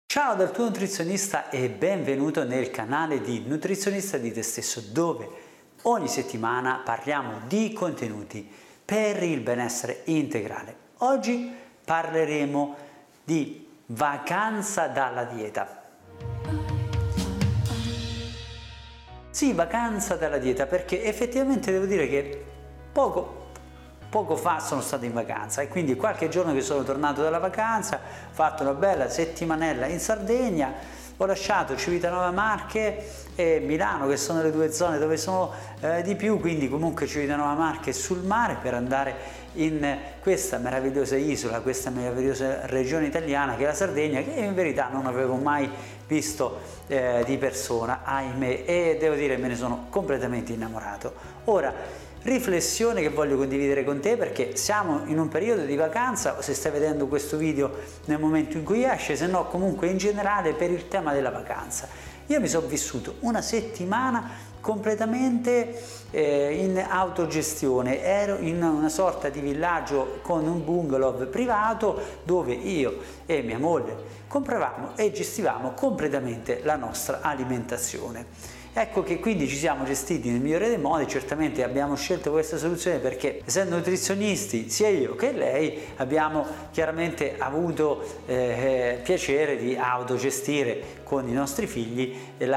Ciao dal tuo nutrizionista e benvenuto nel canale di Nutrizionista di te stesso, dove ogni settimana parliamo di contenuti per il benessere integrale. Oggi parleremo di vacanza dalla dieta. Sì, vacanza dalla dieta, perché effettivamente devo dire che poco fa sono stato in vacanza e quindi qualche giorno che sono tornato dalla vacanza, ho fatto una bella settimanella in Sardegna, ho lasciato Civitanova Marche e Milano, che sono le due zone dove sono di più, quindi comunque Civitanova Marche sul mare, per andare in questa meravigliosa isola, questa meravigliosa regione italiana che è la Sardegna, che in verità non avevo mai visto di persona, ahimè, e devo dire me ne sono completamente innamorato. Ora, riflessione che voglio condividere con te, perché siamo in un periodo di vacanza, o se stai vedendo questo video nel momento in cui esce, se no comunque in generale per il tema della vacanza. Io mi sono vissuto una settimana completamente in autogestione, ero in una sorta di villaggio con un bungalow privato dove io e mia moglie compravamo e gestivamo completamente la nostra alimentazione. Ecco che quindi ci siamo gestiti nel migliore dei modi. Certamente abbiamo scelto questa soluzione perché, essendo nutrizionisti, sia io che lei abbiamo chiaramente avuto piacere di autogestire con i nostri figli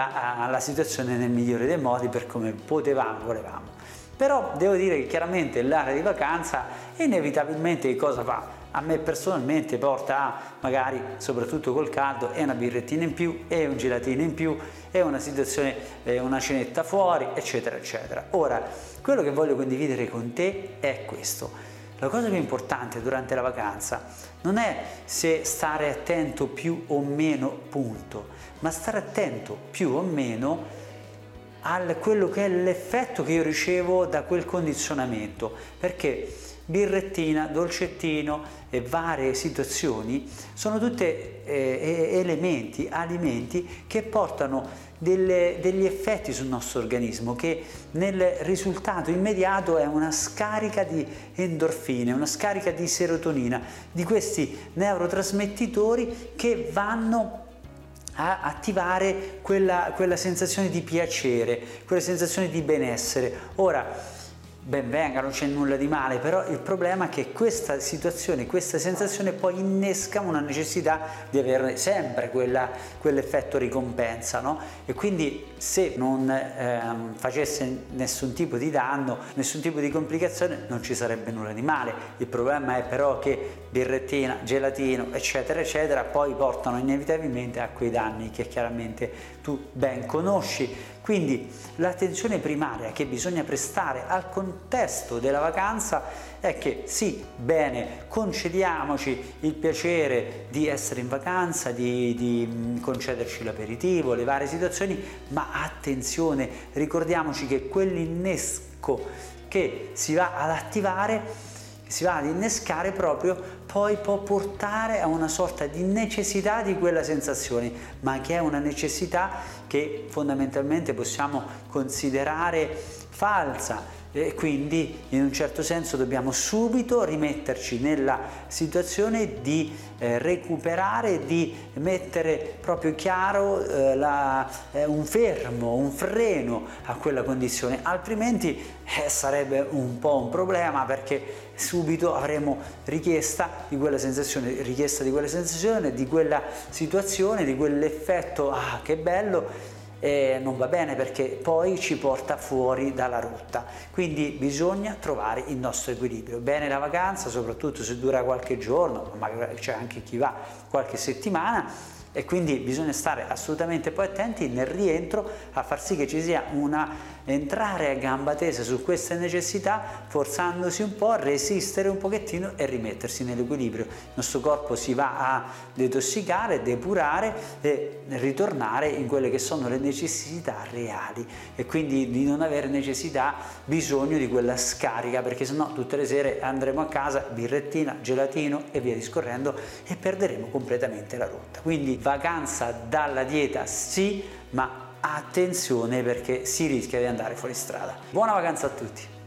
la situazione nel migliore dei modi, per come potevamo, volevamo. Però devo dire che chiaramente l'area di vacanza inevitabilmente che cosa fa? A me personalmente porta a, magari soprattutto col caldo, è una birrettina in più, è un gelatino in più, è una situazione, una cenetta fuori, eccetera eccetera. Ora, quello che voglio condividere con te è questo: la cosa più importante durante la vacanza non è se stare attento più o meno, punto, ma stare attento più o meno a quello che è l'effetto che io ricevo da quel condizionamento, perché birrettina, dolcettino e varie situazioni sono tutte elementi, alimenti che portano degli effetti sul nostro organismo, che nel risultato immediato è una scarica di endorfine, una scarica di serotonina, di questi neurotrasmettitori che vanno a attivare quella sensazione di piacere, quella sensazione di benessere. Ora, ben venga, non c'è nulla di male, però il problema è che questa situazione, questa sensazione poi innesca una necessità di avere sempre quell'effetto ricompensa, no? E quindi se non facesse nessun tipo di danno, nessun tipo di complicazione, non ci sarebbe nulla di male. Il problema è però che birrettina, gelatino, eccetera eccetera poi portano inevitabilmente a quei danni che chiaramente tu ben conosci. Quindi l'attenzione primaria che bisogna prestare al contesto della vacanza è che sì, bene, concediamoci il piacere di essere in vacanza, di concederci l'aperitivo, le varie situazioni, ma attenzione, ricordiamoci che quell'innesco che si va ad attivare, si va ad innescare proprio, poi può portare a una sorta di necessità di quella sensazione, ma che è una necessità che fondamentalmente possiamo considerare falsa, e quindi in un certo senso dobbiamo subito rimetterci nella situazione di recuperare, di mettere proprio chiaro un fermo, un freno a quella condizione, altrimenti sarebbe un po' un problema, perché subito avremo richiesta di quella sensazione, di quella situazione, di quell'effetto, ah che bello, non va bene, perché poi ci porta fuori dalla rotta. Quindi bisogna trovare il nostro equilibrio. Bene la vacanza, soprattutto se dura qualche giorno, magari c'è anche chi va qualche settimana, e quindi bisogna stare assolutamente poi attenti nel rientro a far sì che ci sia entrare a gamba tesa su queste necessità, forzandosi un po', a resistere un pochettino e rimettersi nell'equilibrio. Il nostro corpo si va a detossicare, depurare e ritornare in quelle che sono le necessità reali, e quindi di non avere bisogno di quella scarica, perché sennò tutte le sere andremo a casa, birrettina, gelatino e via discorrendo, e perderemo completamente la rotta. Quindi vacanza dalla dieta sì, ma attenzione, perché si rischia di andare fuori strada. Buona vacanza a tutti!